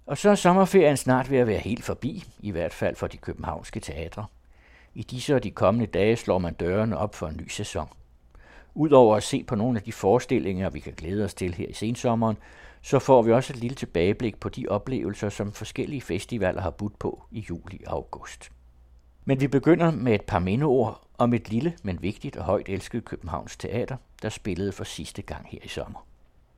Og så er sommerferien snart ved at være helt forbi, i hvert fald for de københavnske teatre. I disse og de kommende dage slår man dørene op for en ny sæson. Udover at se på nogle af de forestillinger, vi kan glæde os til her i sensommeren, så får vi også et lille tilbageblik på de oplevelser, som forskellige festivaler har budt på i juli og august. Men vi begynder med et par mindeord om et lille, men vigtigt og højt elsket Københavns Teater, der spillede for sidste gang her i sommer.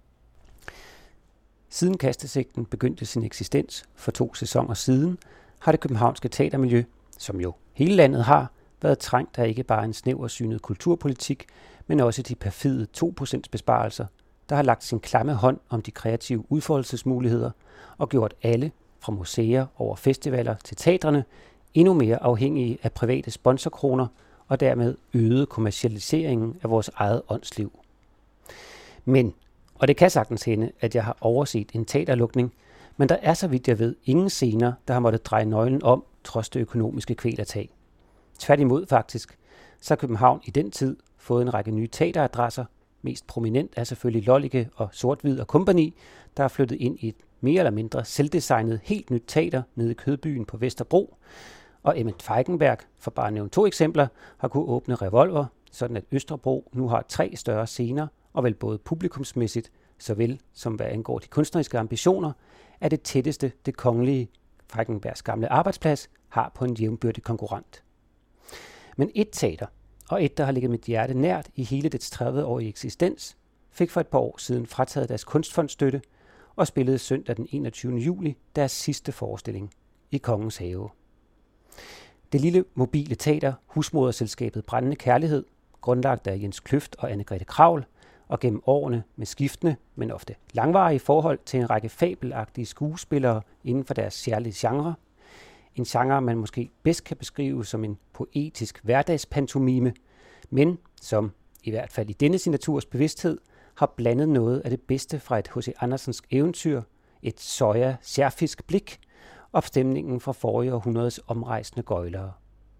Siden Kastesigten begyndte sin eksistens for 2 sæsoner siden, har det københavnske teatermiljø, som jo hele landet har, været trængt af ikke bare en snæversynet kulturpolitik, men også de perfide 2% besparelser, der har lagt sin klamme hånd om de kreative udfoldelsesmuligheder og gjort alle, fra museer over festivaler til teatrene, endnu mere afhængige af private sponsorkroner og dermed øgede kommercialiseringen af vores eget åndsliv. Men, og det kan sagtens hende, at jeg har overset en teaterlukning, men der er så vidt jeg ved ingen scener, der har måttet dreje nøglen om, trods det økonomiske kvælertag. Tværtimod faktisk, så har København i den tid fået en række nye teateradresser. Mest prominent er selvfølgelig Lollike og Sort-Hvid og Kompagni, der er flyttet ind i et mere eller mindre selvdesignet helt nyt teater nede i Kødbyen på Vesterbro. Og Emmett Feigenberg, for bare at nævne 2 eksempler, har kunnet åbne Revolver, sådan at Østerbro nu har 3 større scener, og vel både publikumsmæssigt, såvel som hvad angår de kunstneriske ambitioner, er det tætteste det kongelige Feigenbergs gamle arbejdsplads har på en jævnbyrdig konkurrent. Men et teater, og et, der har ligget mit hjerte nært i hele dets 30-årige eksistens, fik for et par år siden frataget deres kunstfondsstøtte og spillede søndag den 21. juli deres sidste forestilling i Kongens Have. Det lille mobile teater, husmoderselskabet Brændende Kærlighed, grundlagt af Jens Kløft og Anne-Grethe Kravl, og gennem årene med skiftende, men ofte langvarige forhold til en række fabelagtige skuespillere inden for deres særlige genre. En genre, man måske bedst kan beskrive som en poetisk hverdagspantomime, men som, i hvert fald i denne signaturs bevidsthed, har blandet noget af det bedste fra et H.C. Andersensk eventyr, et soja særfisk blik, og stemningen fra forrige århundredes omrejsende gøjlere.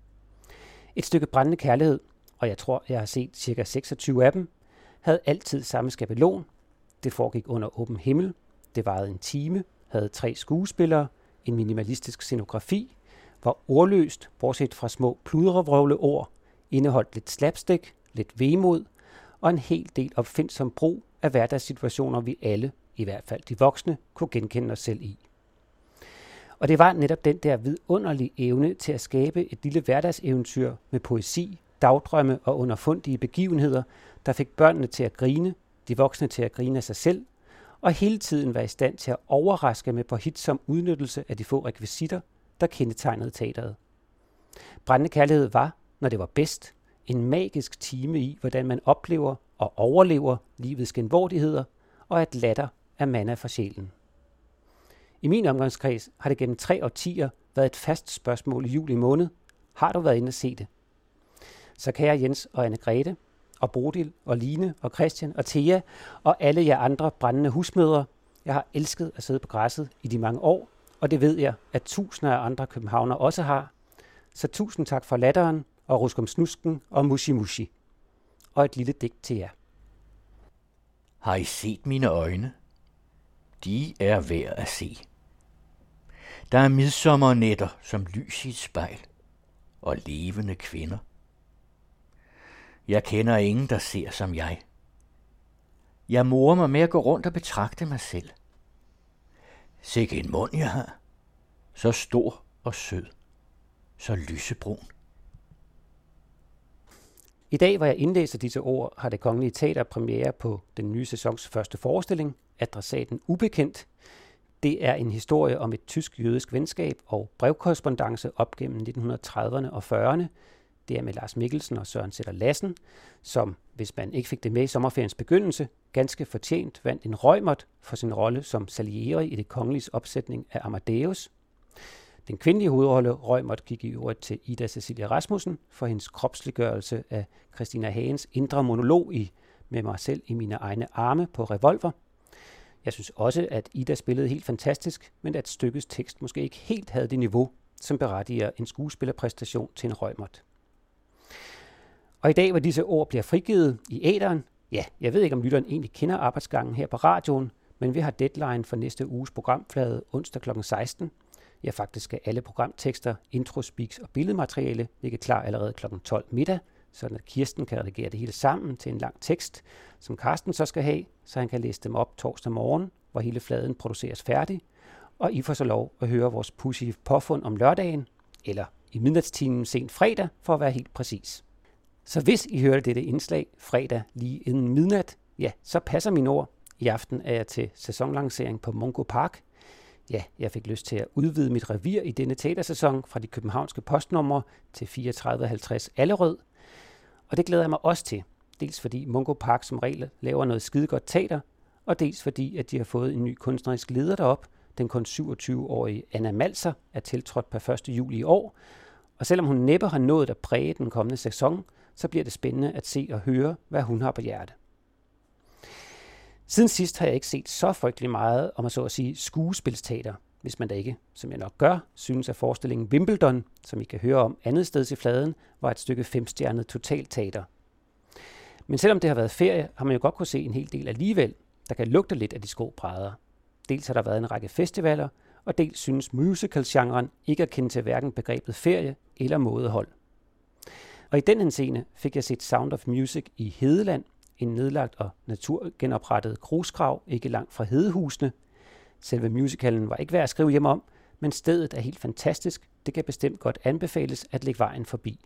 Et stykke Brændende Kærlighed, og jeg tror, jeg har set ca. 26 af dem, havde altid samme skabelon. Det foregik under åben himmel. Det varede en time, havde 3 skuespillere, en minimalistisk scenografi, var ordløst, bortset fra små pludrevrøvleord, indeholdt lidt slapstick, lidt vemod og en hel del opfindsom brug af hverdagssituationer, vi alle, i hvert fald de voksne, kunne genkende os selv i. Og det var netop den der vidunderlige evne til at skabe et lille hverdagseventyr med poesi, dagdrømme og underfundige begivenheder, der fik børnene til at grine, de voksne til at grine af sig selv, og hele tiden var i stand til at overraske med påhitsom udnyttelse af de få rekvisitter, der kendetegnede teateret. Brændende Kærlighed var, når det var bedst, en magisk time i, hvordan man oplever og overlever livets genvordigheder, og at latter er manna for sjælen. I min omgangskreds har det gennem 3 årtier været et fast spørgsmål i juli måned. Har du været inde at se det? Så kære Jens og Anne-Grethe, og Bodil og Line og Christian og Thea og alle jer andre brændende husmødre, jeg har elsket at sidde på græsset i de mange år, og det ved jeg, at tusinder af andre københavner også har. Så tusind tak for latteren og rusk om snusken og mushi mushi. Og et lille digt til jer. Har I set mine øjne? De er værd at se. Der er midsommernætter som lys i et spejl, og levende kvinder. Jeg kender ingen, der ser som jeg. Jeg morer mig med at gå rundt og betragte mig selv. Sikke en mund jeg har, så stor og sød, så lysebrun. I dag, hvor jeg indlæser disse ord, har Det Kongelige Teater premiere på den nye sæsons første forestilling, Adressaten Ubekendt. Det er en historie om et tysk-jødisk venskab og brevkorrespondance op gennem 1930'erne og 40'erne. Det er med Lars Mikkelsen og Søren Sætter Lassen, som, hvis man ikke fik det med i sommerferiens begyndelse, ganske fortjent vandt en Reumert for sin rolle som Salieri i Det Kongeliges opsætning af Amadeus. Den kvindelige hovedrolle Reumert gik i øvrigt til Ida Cecilia Rasmussen for hendes kropsliggørelse af Christina Hagens indre monolog i Med mig selv i mine egne arme på Revolver. Jeg synes også, at Ida spillede helt fantastisk, men at stykkets tekst måske ikke helt havde det niveau, som berettiger en skuespillerpræstation til en Reumert. Og i dag, hvor disse ord bliver frigivet i æteren, ja, jeg ved ikke, om lytteren egentlig kender arbejdsgangen her på radioen, men vi har deadline for næste uges programflade onsdag kl. 16. Ja, faktisk skal alle programtekster, intro, speaks og billedmateriale ligge klar allerede kl. 12 middag, sådan at Kirsten kan redigere det hele sammen til en lang tekst, som Carsten så skal have, så han kan læse dem op torsdag morgen, hvor hele fladen produceres færdig, og I får så lov at høre vores pudsige påfund om lørdagen, eller i midnatstimen sent fredag, for at være helt præcis. Så hvis I hørte dette indslag fredag lige inden midnat, ja, så passer mine ord. I aften er jeg til sæsonlancering på Mungo Park. Ja, jeg fik lyst til at udvide mit revir i denne teatersæson fra de københavnske postnumre til 3450 Allerød. Og det glæder jeg mig også til. Dels fordi Mungo Park som regel laver noget skidegodt teater, og dels fordi, at de har fået en ny kunstnerisk leder derop. Den kun 27-årige Anna Malser er tiltrådt per 1. juli i år. Og selvom hun næppe har nået at præge den kommende sæson, så bliver det spændende at se og høre, hvad hun har på hjerte. Siden sidst har jeg ikke set så frygtelig meget om at så at sige skuespilsteater, hvis man da ikke, som jeg nok gør, synes at forestillingen Wimbledon, som I kan høre om andet sted i fladen, var et stykke 5-stjernet totalteater. Men selvom det har været ferie, har man jo godt kunne se en hel del alligevel, der kan lugte lidt af de skobrædder. Dels har der været en række festivaler, og dels synes musical-genren ikke at kende til hverken begrebet ferie eller mådehold. Og i den henseende fik jeg set Sound of Music i Hedeland, en nedlagt og naturgenoprettet grusgrav ikke langt fra Hedehusene. Selve musicalen var ikke værd at skrive hjem om, men stedet er helt fantastisk. Det kan bestemt godt anbefales at lægge vejen forbi.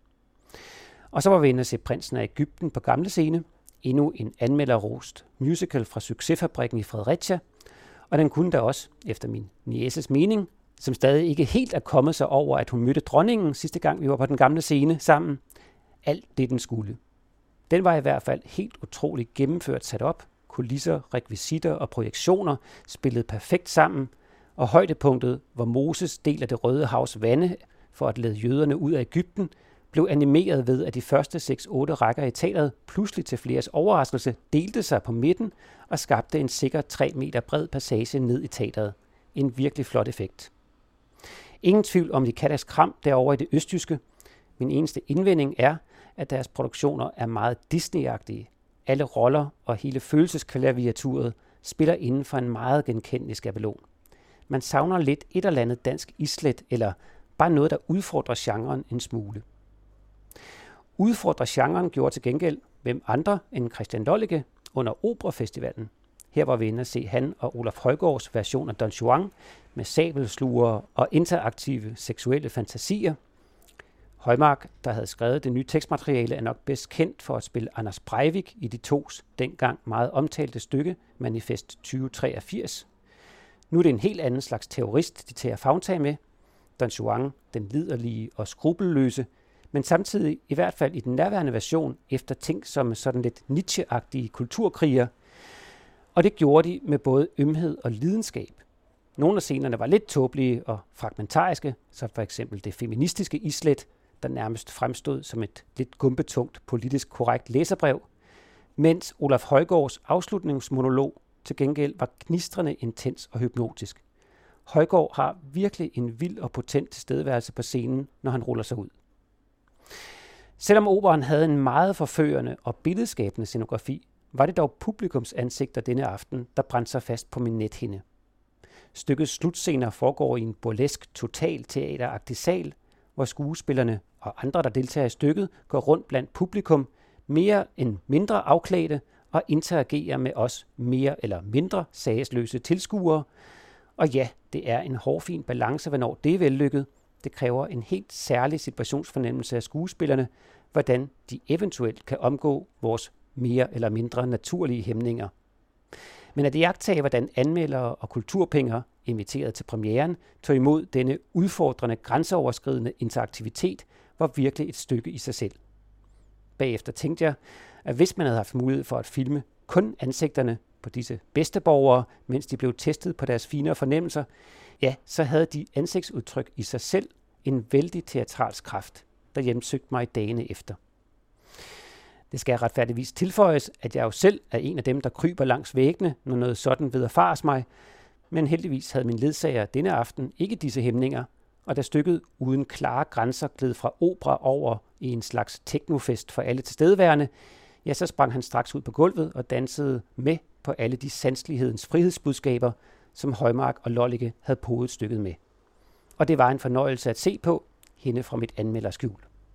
Og så var vi inde at se Prinsen af Egypten på Gamle Scene. Endnu en anmelderrost musical fra Succesfabrikken i Fredericia. Og den kunne da også, efter min nieces mening, som stadig ikke helt er kommet sig over, at hun mødte dronningen sidste gang vi var på Den Gamle Scene sammen, alt det den skulle. Den var i hvert fald helt utroligt gennemført sat op. Kulisser, rekvisitter og projektioner spillede perfekt sammen, og højdepunktet, hvor Moses deler det Røde Havs vande for at lede jøderne ud af Egypten, blev animeret ved, at de første 6-8 rækker i teateret pludselig til fleres overraskelse delte sig på midten og skabte en sikker 3 meter bred passage ned i teateret. En virkelig flot effekt. Ingen tvivl om de kattes kram derovre i det østjyske. Min eneste indvending er, at deres produktioner er meget Disney-agtige. Alle roller og hele følelsesklaviaturet spiller inden for en meget genkendelig skabelon. Man savner lidt et eller andet dansk islet, eller bare noget, der udfordrer genren en smule. Udfordrer genren gjorde til gengæld hvem andre end Christian Lollike under Operafestivalen. Her var vi inde at se han og Olaf Højgaards version af Don Juan med sabelslugere og interaktive seksuelle fantasier. Højmark, der havde skrevet det nye tekstmateriale, er nok bedst kendt for at spille Anders Breivik i de tos dengang meget omtalte stykke Manifest 2083. Nu er det en helt anden slags terrorist, de tager favntag med. Don Juan, den liderlige og skrupelløse, men samtidig i hvert fald i den nærværende version efter ting som sådan lidt Nietzsche-agtige kulturkriger. Og det gjorde de med både ømhed og lidenskab. Nogle af scenerne var lidt tåbelige og fragmentariske, som for eksempel det feministiske islet, der nærmest fremstod som et lidt gumpetungt politisk korrekt læserbrev, mens Olaf Højgaards afslutningsmonolog til gengæld var gnistrende intens og hypnotisk. Højgaard har virkelig en vild og potent tilstedeværelse på scenen, når han ruller sig ud. Selvom operaen havde en meget forførende og billedskabende scenografi, var det dog publikums ansigter denne aften, der brændte sig fast på min nethinde. Stykkets slutscener foregår i en burlesk totalteateragtig sal, hvor skuespillerne og andre, der deltager i stykket, går rundt blandt publikum, mere end mindre afklædte og interagerer med os mere eller mindre sagesløse tilskuere. Og ja, det er en hårfin balance, hvornår det er vellykket. Det kræver en helt særlig situationsfornemmelse af skuespillerne, hvordan de eventuelt kan omgå vores mere eller mindre naturlige hæmninger. Men at iagttage, hvordan anmeldere og kulturpengere, inviteret til premieren, tog imod denne udfordrende, grænseoverskridende interaktivitet, var virkelig et stykke i sig selv. Bagefter tænkte jeg, at hvis man havde haft mulighed for at filme kun ansigterne på disse bedsteborgere, mens de blev testet på deres finere fornemmelser, ja, så havde de ansigtsudtryk i sig selv en vældig teatralsk kraft, der hjemsøgte mig dagene efter. Det skal retfærdigvis tilføjes, at jeg jo selv er en af dem, der kryber langs væggene, når noget sådan vederfares mig, men heldigvis havde min ledsager denne aften ikke disse hæmninger, og da stykket uden klare grænser gled fra opera over i en slags teknofest for alle tilstedeværende, ja, så sprang han straks ud på gulvet og dansede med på alle de sanselighedens frihedsbudskaber, som Højmark og Lollicke havde podet stykket med. Og det var en fornøjelse at se på, hende fra mit anmelderskjul.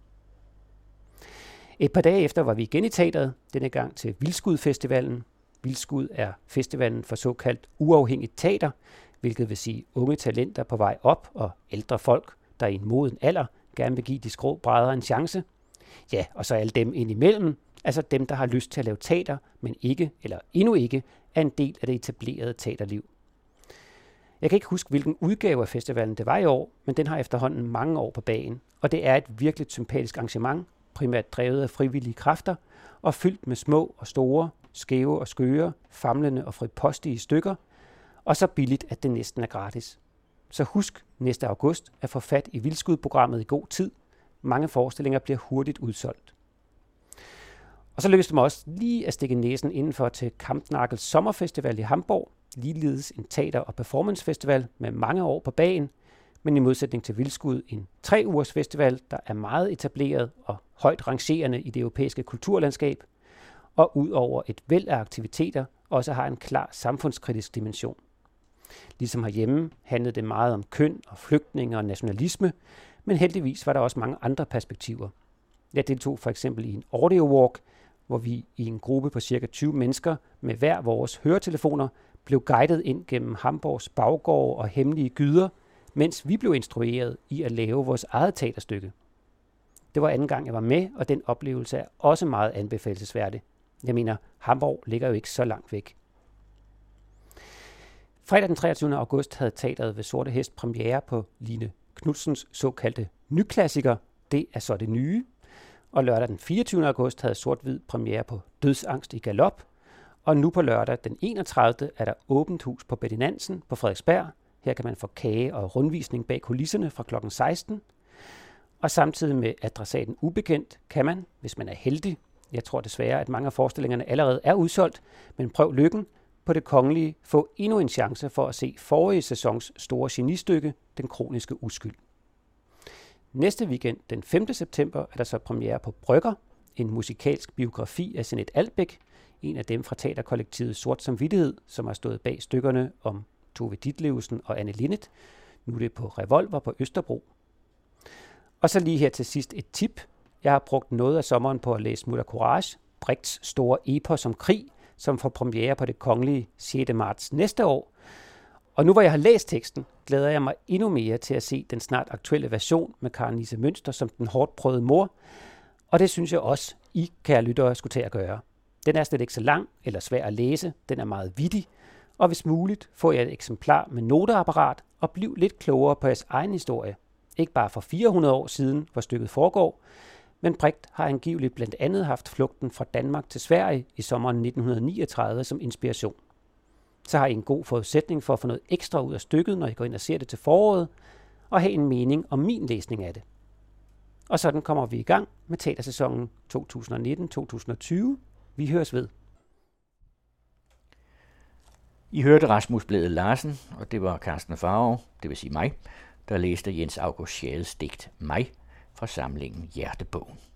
Et par dage efter var vi igen i teateret, denne gang til Vildskud Festivalen. Vildskud er festivalen for såkaldt uafhængigt teater, hvilket vil sige unge talenter på vej op og ældre folk, der i en moden alder gerne vil give de skrå brædder en chance. Ja, og så alle dem indimellem, altså dem, der har lyst til at lave teater, men ikke, eller endnu ikke, er en del af det etablerede teaterliv. Jeg kan ikke huske, hvilken udgave af festivalen det var i år, men den har efterhånden mange år på bagen, og det er et virkelig sympatisk arrangement, primært drevet af frivillige kræfter, og fyldt med små og store, skæve og skøre, famlende og fripostige stykker, og så billigt, at det næsten er gratis. Så husk næste august at få fat i Vildskud-programmet i god tid. Mange forestillinger bliver hurtigt udsolgt. Og så lykkedes det mig også lige at stikke næsen indenfor til Kampnagels Sommerfestival i Hamburg, ligeledes en teater- og performancefestival med mange år på bagen, men i modsætning til Vildskud en 3-ugers festival, der er meget etableret og højt rangerende i det europæiske kulturlandskab, og ud over et væld af aktiviteter også har en klar samfundskritisk dimension. Ligesom herhjemme handlede det meget om køn og flygtninge og nationalisme, men heldigvis var der også mange andre perspektiver. Jeg deltog for eksempel i en audio walk, hvor vi i en gruppe på ca. 20 mennesker med hver vores høretelefoner blev guidet ind gennem Hamburgs baggårde og hemmelige gyder, mens vi blev instrueret i at lave vores eget teaterstykke. Det var anden gang, jeg var med, og den oplevelse er også meget anbefalelsesværdig. Jeg mener, Hamburg ligger jo ikke så langt væk. Fredag den 23. august havde teateret ved Sorte Hest premiere på Line Knudsens såkaldte nyklassiker, Det er så det nye. Og lørdag den 24. august havde Sort-Hvid premiere på Dødsangst i galop. Og nu på lørdag den 31. er der åbent hus på Betty Nansen på Frederiksberg. Her kan man få kage og rundvisning bag kulisserne fra kl. 16. Og samtidig med adressaten ubekendt kan man, hvis man er heldig, jeg tror desværre, at mange af forestillingerne allerede er udsolgt, men prøv lykken, på Det Kongelige få endnu en chance for at se forrige sæsons store genistykke, Den kroniske uskyld. Næste weekend, den 5. september, er der så premiere på Brygger, en musikalsk biografi af Jeanette Albeck, en af dem fra teaterkollektivet Sort Samvittighed, som har stået bag stykkerne om Tove Ditlevsen og Anne Linnet. Nu er det på Revolver på Østerbro. Og så lige her til sidst et tip. Jeg har brugt noget af sommeren på at læse Mutter Courage, Brechts store epos om krig, som får premiere på Det Kongelige 6. marts næste år. Og nu hvor jeg har læst teksten, glæder jeg mig endnu mere til at se den snart aktuelle version med Karen Lise Mønster som den hårdt prøvede mor. Og det synes jeg også, I kære lyttere skulle tage at gøre. Den er slet ikke så lang eller svær at læse, den er meget vittig, og hvis muligt får jeg et eksemplar med noteapparat og bliv lidt klogere på jeres egen historie. Ikke bare for 400 år siden, hvor stykket foregår, men Brecht har angiveligt blandt andet haft flugten fra Danmark til Sverige i sommeren 1939 som inspiration. Så har I en god forudsætning for at få noget ekstra ud af stykket, når I går ind og ser det til foråret, og have en mening om min læsning af det. Og sådan kommer vi i gang med teatersæsonen 2019-2020. Vi høres ved. I hørte Rasmus Blædel Larsen, og det var Carsten Farve, det vil sige mig, der læste Jens August Schades digt Mig fra samlingen Hjertebogen.